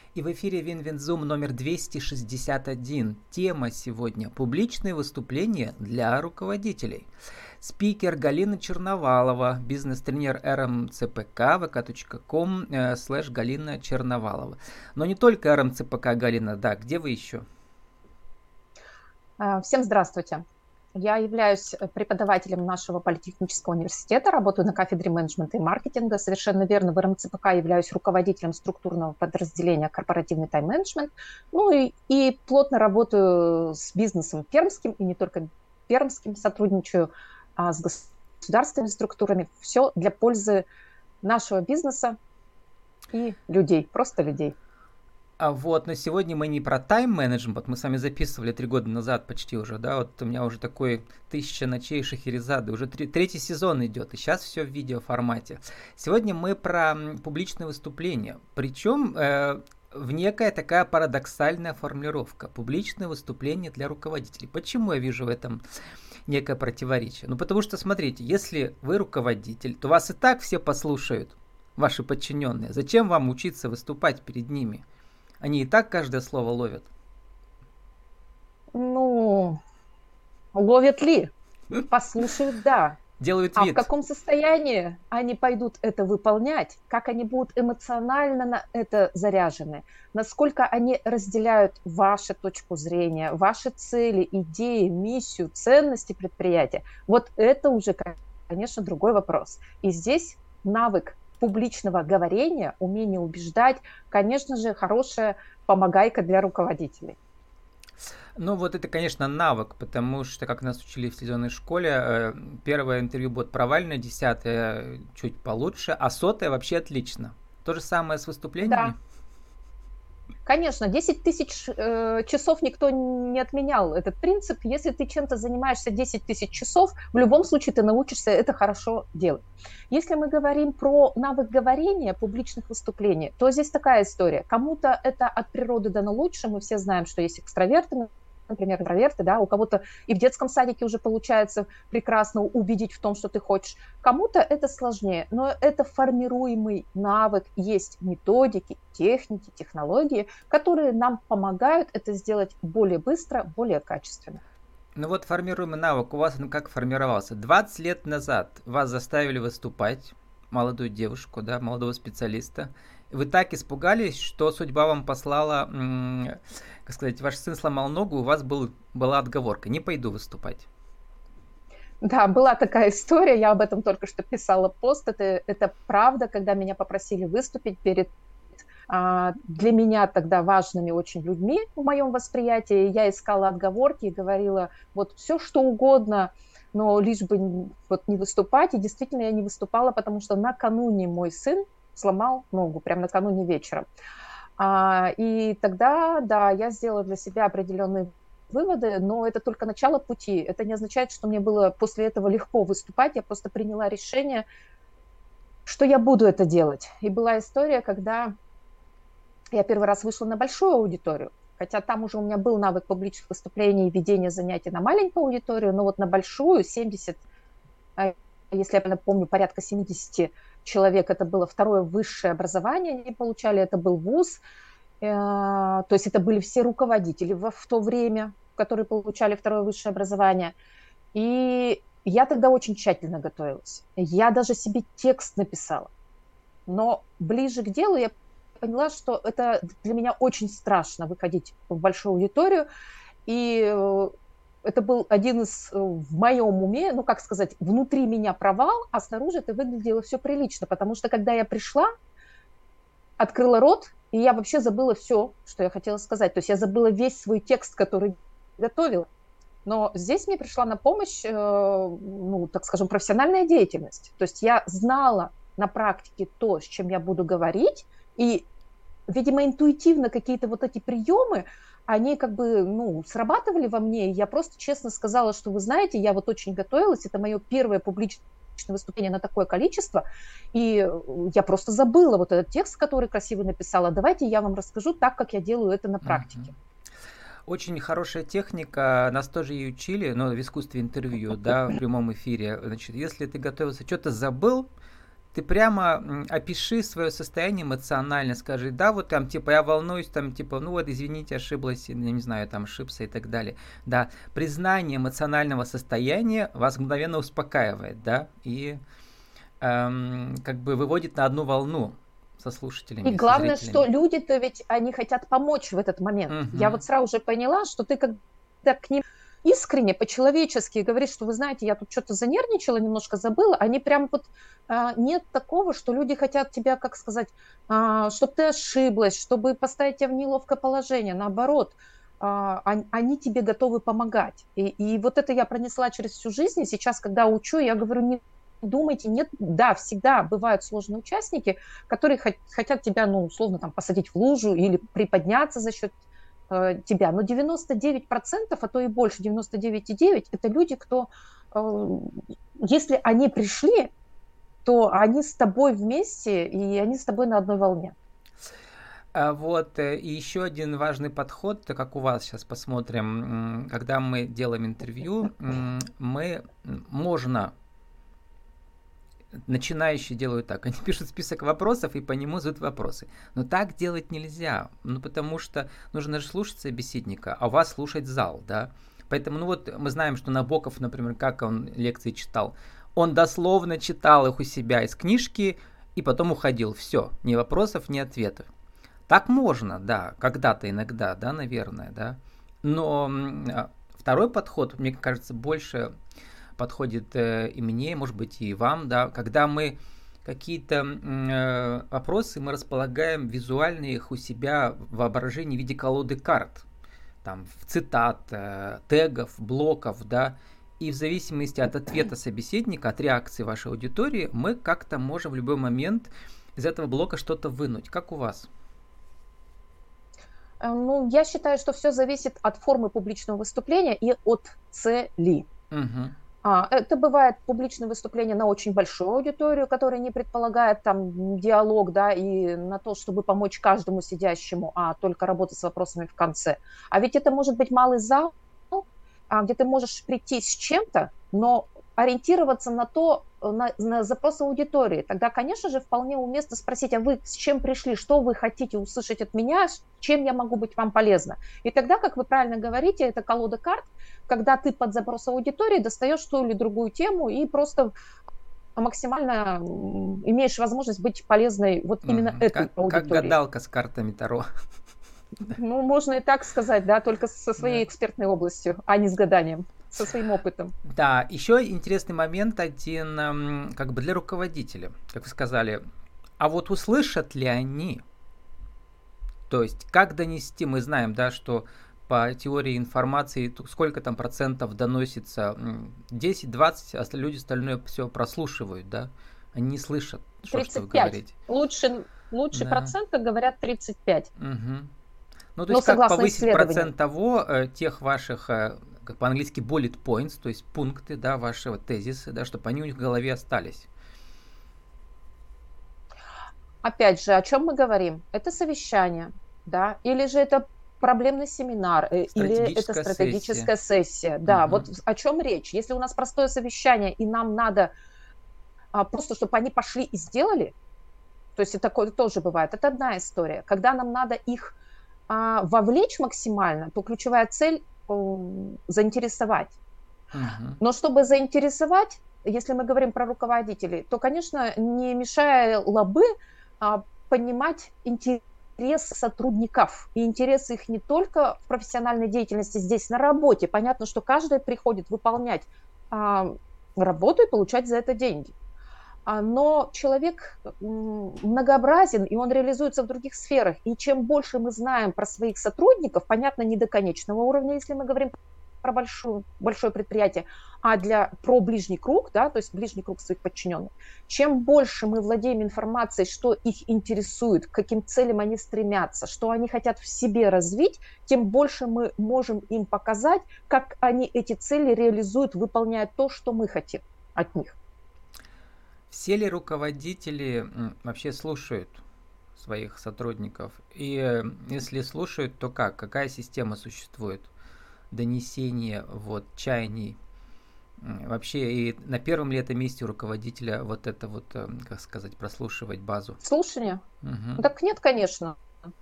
И в эфире Винвинзум номер 261. Тема сегодня – публичные выступления для руководителей. Спикер Галина Черновалова, бизнес-тренер РМЦПК, vk.com /Галина Черновалова. Но не только РМЦПК, Галина, да, где вы еще? Всем здравствуйте. Я являюсь преподавателем нашего политехнического университета, работаю на кафедре менеджмента и маркетинга. Совершенно верно, в РМЦПК являюсь руководителем структурного подразделения корпоративный тайм-менеджмент. И плотно работаю с бизнесом пермским, и не только пермским, сотрудничаю с государственными структурами. Все для пользы нашего бизнеса и людей, просто людей. Но сегодня мы не про тайм-менеджмент, мы с вами записывали 3 года назад почти уже, да, вот у меня уже такой 1000 ночей Шахерезады, уже третий сезон идет, и сейчас все в видеоформате. Сегодня мы про публичные выступления, причем в некая такая парадоксальная формулировка, публичные выступления для руководителей. Почему я вижу в этом некое противоречие? Ну, потому что, смотрите, если вы руководитель, то вас и так все послушают, ваши подчиненные. Зачем вам учиться выступать перед ними? Они и так каждое слово ловят. Ловят ли? Послушают, да. Делают вид. А в каком состоянии они пойдут это выполнять? Как они будут эмоционально на это заряжены? Насколько они разделяют вашу точку зрения, ваши цели, идеи, миссию, ценности предприятия? Вот это уже, конечно, другой вопрос. И здесь навык публичного говорения, умение убеждать, конечно же, хорошая помогайка для руководителей. Ну вот это, конечно, навык, потому что, как нас учили в телевизионной школе, первое интервью будет провальное, 10-е чуть получше, а 100-е вообще отлично. То же самое с выступлениями? Да. Конечно, 10 тысяч часов никто не отменял этот принцип. Если ты чем-то занимаешься 10 тысяч часов, в любом случае ты научишься это хорошо делать. Если мы говорим про навык говорения, публичных выступлений, то здесь такая история. Кому-то это от природы дано лучше. Мы все знаем, что есть экстраверты, например, интроверты, да, у кого-то и в детском садике уже получается прекрасно убедить в том, что ты хочешь. Кому-то это сложнее, но это формируемый навык, есть методики, техники, технологии, которые нам помогают это сделать более быстро, более качественно. Ну вот формируемый навык у вас как формировался? 20 лет назад вас заставили выступать, молодую девушку, да, молодого специалиста. Вы так испугались, что судьба вам послала, как сказать, ваш сын сломал ногу, у вас была отговорка: не пойду выступать. Да, была такая история, я об этом только что писала пост, это правда, когда меня попросили выступить перед для меня тогда важными очень людьми в моем восприятии. Я искала отговорки и говорила вот все, что угодно, но лишь бы вот не выступать. И действительно я не выступала, потому что накануне мой сын сломал ногу, прямо накануне вечером. И тогда, да, я сделала для себя определенные выводы, но это только начало пути. Это не означает, что мне было после этого легко выступать. Я просто приняла решение, что я буду это делать. И была история, когда я первый раз вышла на большую аудиторию, хотя там уже у меня был навык публичных выступлений и ведения занятий на маленькую аудиторию, но вот на большую, 70, если я правильно помню, порядка 70 человек, это было второе высшее образование, они получали, это был вуз, то есть это были все руководители в то время, которые получали второе высшее образование. И я тогда очень тщательно готовилась. Я даже себе текст написала. Но ближе к делу я поняла, что это для меня очень страшно выходить в большую аудиторию. И это был один из, в моем уме, ну, как сказать, внутри меня провал, а снаружи это выглядело все прилично. Потому что, когда я пришла, открыла рот, и я вообще забыла все, что я хотела сказать. То есть я забыла весь свой текст, который готовила. Но здесь мне пришла на помощь, ну, так скажем, профессиональная деятельность. То есть я знала на практике то, с чем я буду говорить, и, видимо, интуитивно какие-то вот эти приемы, они как бы, ну, срабатывали во мне, и я просто честно сказала, что, вы знаете, я вот очень готовилась, это мое первое публичное выступление на такое количество, и я просто забыла вот этот текст, который красиво написала. Давайте я вам расскажу так, как я делаю это на практике. Очень хорошая техника, нас тоже и учили, но в искусстве интервью, да, в прямом эфире. Значит, если ты готовился, что-то забыл, ты прямо опиши свое состояние эмоционально, скажи, да, вот там, типа, я волнуюсь, там, типа, ну вот, извините, ошиблась, я не знаю, там, ошибся и так далее. Да, признание эмоционального состояния вас мгновенно успокаивает, да, и как бы выводит на одну волну со И слушателями, со главное, что зрителями. люди-то ведь, они хотят помочь в этот момент. Я Мгм. вот сразу же поняла, что ты когда к ним искренне, по-человечески говоришь, что вы знаете, я тут что-то занервничала, немножко забыла, они прям вот, нет такого, что люди хотят тебя, как сказать, чтобы ты ошиблась, чтобы поставить тебя в неловкое положение, наоборот, они тебе готовы помогать. И вот это я пронесла через всю жизнь, и сейчас, когда учу, я говорю, не думайте, нет, да, всегда бывают сложные участники, которые хотят тебя, ну, условно, там, посадить в лужу или приподняться за счет тебя. Но 99%, а то и больше, 99,9% это люди, кто, э, если они пришли, то они с тобой вместе, и они с тобой на одной волне. Вот, и еще один важный подход, так как у вас сейчас посмотрим, когда мы делаем интервью, можно начинающие делают так. Они пишут список вопросов и по нему задают вопросы. Но так делать нельзя. Ну, потому что нужно же слушать собеседника, а у вас слушать зал, да. Поэтому, ну вот, мы знаем, что Набоков, например, как он лекции читал. Он дословно читал их у себя из книжки и потом уходил. Все, ни вопросов, ни ответов. Так можно, да, когда-то, иногда, да, наверное, да. Но второй подход, мне кажется, больше подходит и мне, может быть, и вам, да, когда мы какие-то вопросы мы располагаем визуально их у себя в воображении в виде колоды карт, там, цитат, тегов, блоков, да, и в зависимости от ответа собеседника, от реакции вашей аудитории, мы как-то можем в любой момент из этого блока что-то вынуть. Как у вас? Ну, я считаю, что все зависит от формы публичного выступления и от цели. Угу. Это бывает публичное выступление на очень большую аудиторию, которая не предполагает там диалог, да, и на то, чтобы помочь каждому сидящему, а только работать с вопросами в конце. А ведь это может быть малый зал, где ты можешь прийти с чем-то, но ориентироваться на то, на запрос аудитории. Тогда, конечно же, вполне уместно спросить, а вы с чем пришли, что вы хотите услышать от меня, чем я могу быть вам полезна. И тогда, как вы правильно говорите, это колода карт, когда ты под запрос аудитории достаешь ту или другую тему и просто максимально имеешь возможность быть полезной вот именно Угу. этой Как аудитории. гадалка с картами Таро. Ну, можно и так сказать, да, только со Да. своей экспертной областью, а не с гаданием, со своим опытом. Да, еще интересный момент один, как бы для руководителя, как вы сказали. А вот услышат ли они? То есть, как донести? Мы знаем, да, что по теории информации сколько там процентов доносится? 10-20, а люди остальное все прослушивают, да? Они не слышат, что вы 35. говорите. Лучше Да. процента говорят 35. Угу. Ну, то Но есть, как согласно повысить исследованиям. процент того, тех ваших, как по-английски, bullet points, то есть пункты, да, ваши вот тезисы, да, чтобы они у них в голове остались. Опять же, о чем мы говорим? Это совещание, да, или же это проблемный семинар, или это Стратегическая сессия. стратегическая сессия. Да, Угу. вот о чем речь? Если у нас простое совещание, и нам надо просто, чтобы они пошли и сделали, то есть и такое тоже бывает, это одна история. Когда нам надо их вовлечь максимально, то ключевая цель заинтересовать. Угу. Но чтобы заинтересовать, если мы говорим про руководителей, то, конечно, не мешало бы понимать интерес сотрудников. И интерес их не только в профессиональной деятельности здесь, на работе. Понятно, что каждый приходит выполнять работу и получать за это деньги. Но человек многообразен, и он реализуется в других сферах. И чем больше мы знаем про своих сотрудников, понятно, не до конечного уровня, если мы говорим про большое предприятие, про ближний круг, да, то есть ближний круг своих подчиненных. Чем больше мы владеем информацией, что их интересует, к каким целям они стремятся, что они хотят в себе развить, тем больше мы можем им показать, как они эти цели реализуют, выполняя то, что мы хотим от них. Все ли руководители вообще слушают своих сотрудников? И если слушают, то как? Какая система существует? Донесение вот чаяний Вообще, и на первом ли это месте у руководителя вот это вот, как сказать, прослушивать базу? Слушание? Угу. Так нет, конечно.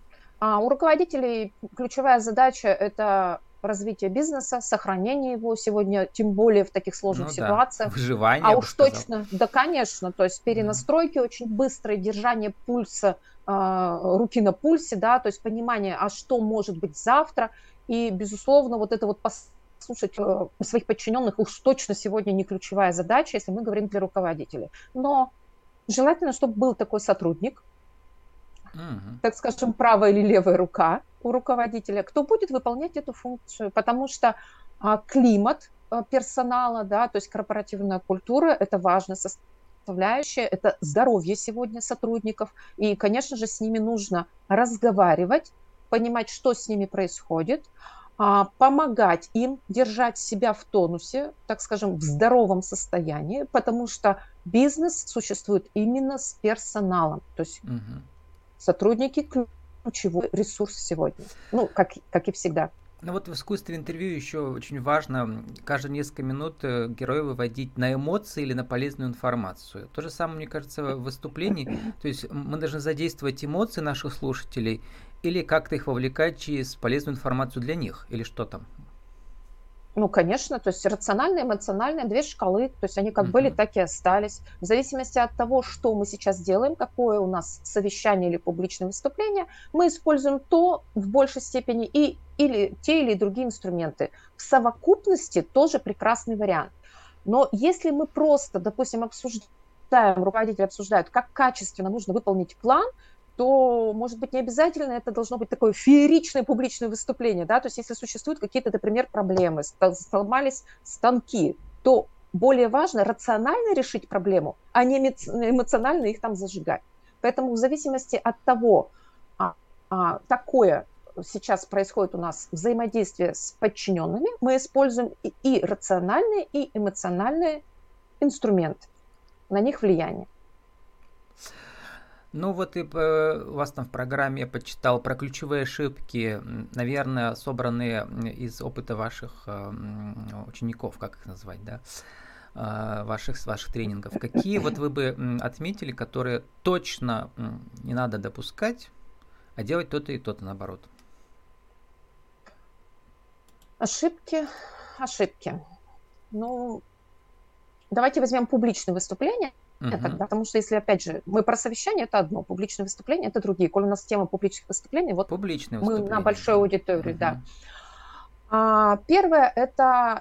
У руководителей ключевая задача – это развитие бизнеса, сохранение его сегодня, тем более в таких сложных Ну да, ситуациях. выживание, А я бы уж сказал. точно, да, конечно, то есть Да. перенастройки очень быстрые, держание пульса, руки на пульсе, да, то есть понимание, а что может быть завтра, и, безусловно, вот это вот послушать своих подчиненных уж точно сегодня не ключевая задача, если мы говорим для руководителей. Но желательно, чтобы был такой сотрудник, Угу. так скажем, правая или левая рука у руководителя, кто будет выполнять эту функцию, потому что климат персонала, да, то есть корпоративная культура, это важная составляющая, это здоровье сегодня сотрудников, и, конечно же, с ними нужно разговаривать, понимать, что с ними происходит, помогать им держать себя в тонусе, так скажем, в здоровом состоянии, потому что бизнес существует именно с персоналом, то есть Угу. сотрудники – ключевой ресурс сегодня. Ну, как и всегда. Ну вот в искусстве интервью еще очень важно каждые несколько минут героя выводить на эмоции или на полезную информацию. То же самое, мне кажется, в выступлении. То есть мы должны задействовать эмоции наших слушателей или как-то их вовлекать через полезную информацию для них, или что там. Ну, конечно, то есть рациональные, эмоциональные, две шкалы, то есть они как были, Угу. так и остались. В зависимости от того, что мы сейчас делаем, какое у нас совещание или публичное выступление, мы используем то в большей степени или те или другие инструменты. В совокупности тоже прекрасный вариант. Но если мы просто, допустим, руководители обсуждают, как качественно нужно выполнить план, то, может быть, не обязательно это должно быть такое фееричное публичное выступление, да, то есть если существуют какие-то, например, проблемы, сломались станки, то более важно рационально решить проблему, а не эмоционально их там зажигать. Поэтому в зависимости от того, какое сейчас происходит у нас взаимодействие с подчиненными, мы используем и рациональные, и эмоциональные инструменты, на них влияние. Ну вот и у вас там в программе я почитал про ключевые ошибки, наверное, собранные из опыта ваших учеников, как их назвать, да, ваших тренингов. Какие вот вы бы отметили, которые точно не надо допускать, а делать то-то и то-то наоборот? Ошибки. Ну, давайте возьмем публичное выступление Угу. тогда, потому что если, опять же, мы про совещание, это одно, публичное выступление – это другие. Коль у нас тема публичных выступлений, вот Публичное мы на выступление, большой да. аудитории, да. Угу. Первое – это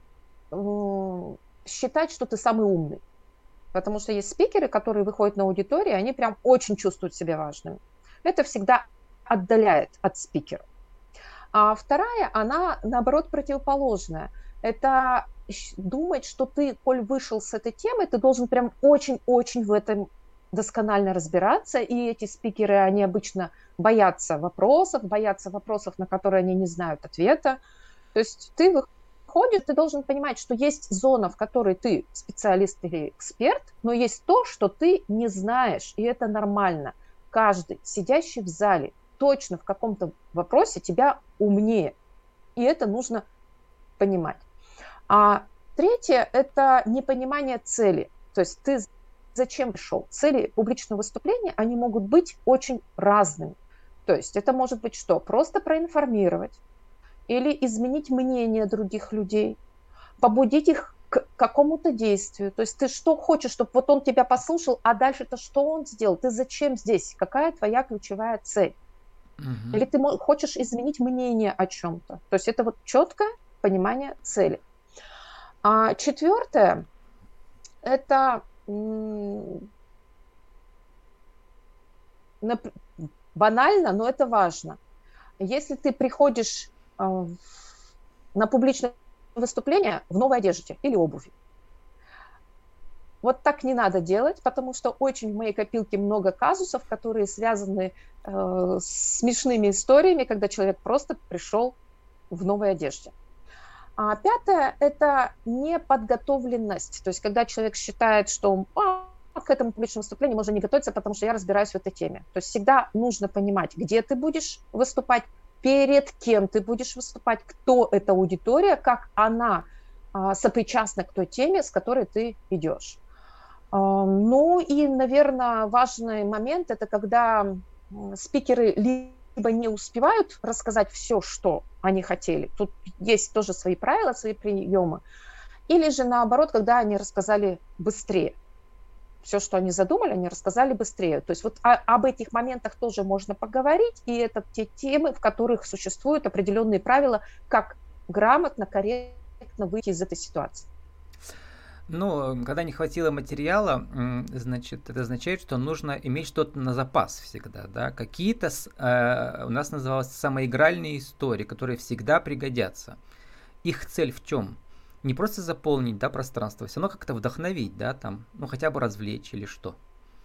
считать, что ты самый умный. Потому что есть спикеры, которые выходят на аудиторию, они прям очень чувствуют себя важными. Это всегда отдаляет от спикера. А вторая, она, наоборот, противоположная. Это думать, что ты, коль вышел с этой темы, ты должен прям очень-очень в этом досконально разбираться. И эти спикеры, они обычно боятся вопросов, на которые они не знают ответа. То есть ты выходишь, ты должен понимать, что есть зона, в которой ты специалист или эксперт, но есть то, что ты не знаешь, и это нормально. Каждый, сидящий в зале, точно в каком-то вопросе тебя умнее. И это нужно понимать. А третье – это непонимание цели. То есть ты зачем пришел? Цели публичного выступления, они могут быть очень разными. То есть это может быть что? Просто проинформировать или изменить мнение других людей, побудить их к какому-то действию. То есть ты что хочешь, чтобы вот он тебя послушал, а дальше-то что он сделал? Ты зачем здесь? Какая твоя ключевая цель? Угу. Или ты хочешь изменить мнение о чем-то. То есть это вот четкое понимание цели. А четвертое – это банально, но это важно. Если ты приходишь на публичное выступление в новой одежде или обуви, вот так не надо делать, потому что очень в моей копилке много казусов, которые связаны с смешными историями, когда человек просто пришел в новой одежде. А пятое – это неподготовленность. То есть когда человек считает, что к этому публичному выступлению можно не готовиться, потому что я разбираюсь в этой теме. То есть всегда нужно понимать, где ты будешь выступать, перед кем ты будешь выступать, кто эта аудитория, как она сопричастны к той теме, с которой ты идешь. Ну и, наверное, важный момент – это когда спикеры либо не успевают рассказать все, что они хотели, тут есть тоже свои правила, свои приемы, или же наоборот, когда они рассказали быстрее. Все, что они задумали, они рассказали быстрее. То есть вот об этих моментах тоже можно поговорить, и это те темы, в которых существуют определенные правила, как грамотно, корректно выйти из этой ситуации. Ну, когда не хватило материала, значит, это означает, что нужно иметь что-то на запас всегда, да. Какие-то у нас называлось самоигральные истории, которые всегда пригодятся. Их цель в чем? Не просто заполнить, да, пространство, все равно как-то вдохновить, да, там, ну, хотя бы развлечь или что.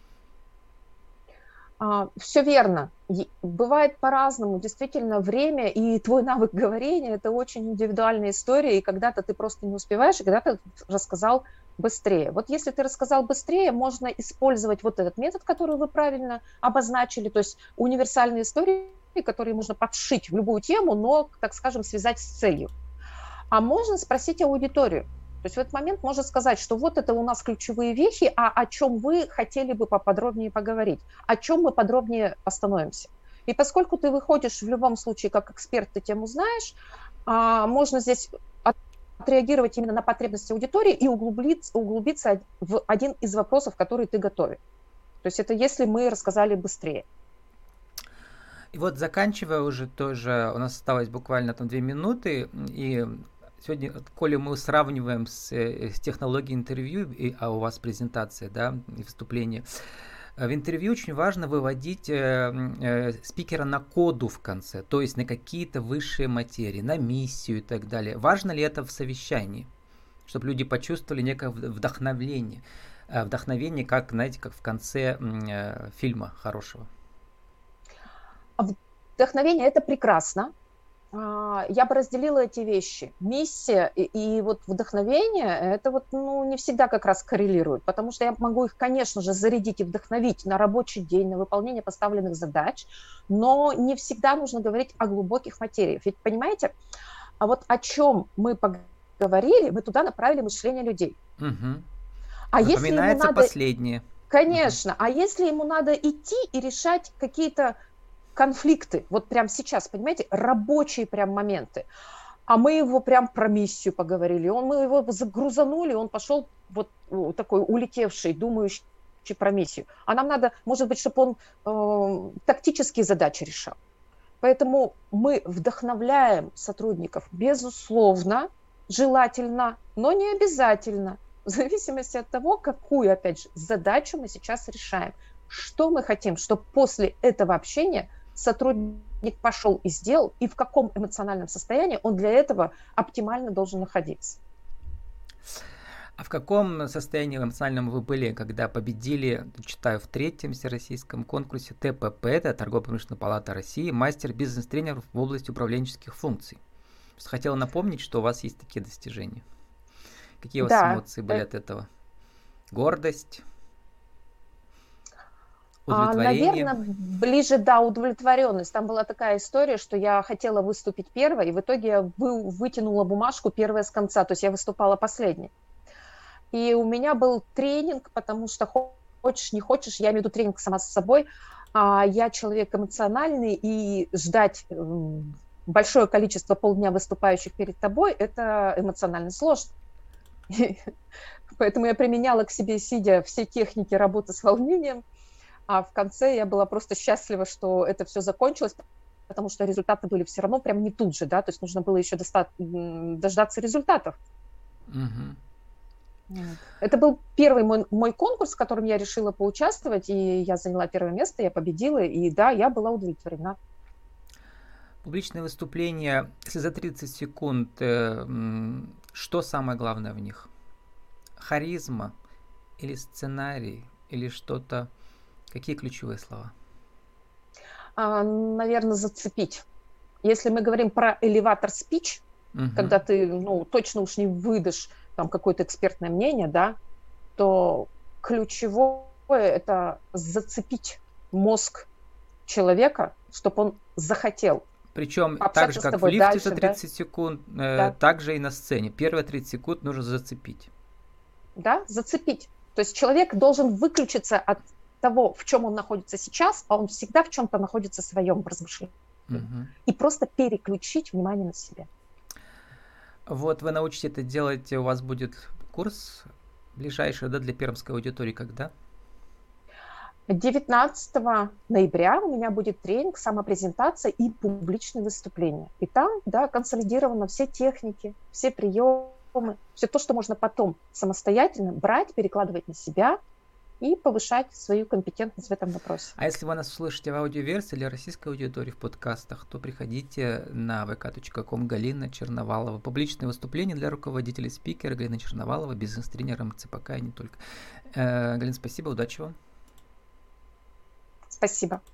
Все верно. Бывает по-разному. Действительно, время и твой навык говорения – это очень индивидуальная история, и когда-то ты просто не успеваешь, и когда-то рассказал быстрее. Вот если ты рассказал быстрее, можно использовать вот этот метод, который вы правильно обозначили, то есть универсальные истории, которые можно подшить в любую тему, но, так скажем, связать с целью. А можно спросить аудиторию. То есть в этот момент можно сказать, что вот это у нас ключевые вехи, а о чем вы хотели бы поподробнее поговорить, о чем мы подробнее остановимся. И поскольку ты выходишь в любом случае как эксперт, ты тему знаешь, можно здесь отреагировать именно на потребности аудитории и углубиться в один из вопросов, который ты готовишь. То есть это если мы рассказали быстрее. И вот заканчивая уже тоже, у нас осталось буквально там 2 минуты, и сегодня, коли мы сравниваем с технологией интервью, а у вас презентация, да, и выступление, в интервью очень важно выводить спикера на коду в конце, то есть на какие-то высшие материи, на миссию и так далее. Важно ли это в совещании, чтобы люди почувствовали некое вдохновение, как, знаете, как в конце фильма хорошего? Вдохновение – это прекрасно. Я бы разделила эти вещи. Миссия и вот вдохновение, это вот, не всегда как раз коррелируют, потому что я могу их, конечно же, зарядить и вдохновить на рабочий день, на выполнение поставленных задач, но не всегда нужно говорить о глубоких материях. Ведь, понимаете, а вот о чем мы поговорили, мы туда направили мышление людей. Угу. А если ему надо... последнее. Конечно. А если ему надо идти и решать какие-то конфликты, вот прямо сейчас, понимаете, рабочие прям моменты, а мы его прям про миссию поговорили, мы его загрузанули, он пошел вот такой улетевший, думающий про миссию. А нам надо, может быть, чтобы он тактические задачи решал. Поэтому мы вдохновляем сотрудников, безусловно, желательно, но не обязательно, в зависимости от того, какую, опять же, задачу мы сейчас решаем. Что мы хотим, чтобы после этого общения сотрудник пошел и сделал, и в каком эмоциональном состоянии он для этого оптимально должен находиться. А в каком состоянии эмоциональном вы были, когда победили, читаю, в 3-м всероссийском конкурсе ТПП, это Торгово-промышленная палата России, мастер бизнес-тренеров в области управленческих функций? Хотела напомнить, что у вас есть такие достижения. Какие у вас эмоции были от этого? Гордость? Наверное, ближе, да, удовлетворенность. Там была такая история, что я хотела выступить первой, и в итоге я вытянула бумажку первая с конца, то есть я выступала последней. И у меня был тренинг, потому что хочешь, не хочешь, я имею в виду тренинг сама с собой, я человек эмоциональный, и ждать большое количество полдня выступающих перед тобой, это эмоционально сложно. Поэтому я применяла к себе, сидя, все техники работы с волнением, а в конце я была просто счастлива, что это все закончилось, потому что результаты были все равно прям не тут же, да, то есть нужно было еще дождаться результатов. Угу. Это был первый мой конкурс, в котором я решила поучаствовать, и я заняла первое место, я победила, и да, я была удовлетворена. Публичные выступления, если за 30 секунд, что самое главное в них? Харизма или сценарий, или что-то? Какие ключевые слова? Наверное, зацепить. Если мы говорим про элеватор-спич, когда ты точно уж не выдашь там какое-то экспертное мнение, да, то ключевое – это зацепить мозг человека, чтобы он захотел Причем так пообщаться же, с как в тобой лифте дальше, за да? 30 секунд, Да, так же и на сцене. Первые 30 секунд нужно зацепить. да, зацепить. То есть человек должен выключиться от того, в чем он находится сейчас, а он всегда в чем-то находится в своем размышлении. Мгм. И просто переключить внимание на себя. Вот вы научите это делать, у вас будет курс ближайший, да, для пермской аудитории, когда? 19 ноября у меня будет тренинг, самопрезентация и публичные выступления. И там, да, консолидировано все техники, все приемы, все то, что можно потом самостоятельно брать, перекладывать на себя и повышать свою компетентность в этом вопросе. А если вы нас слышите в аудиоверсии или российской аудитории в подкастах, то приходите на vk.com Галина Черновалова. Публичные выступления для руководителей спикера Галина Черновалова, бизнес-тренер МЦПК и не только. Галина, спасибо, удачи вам. Спасибо.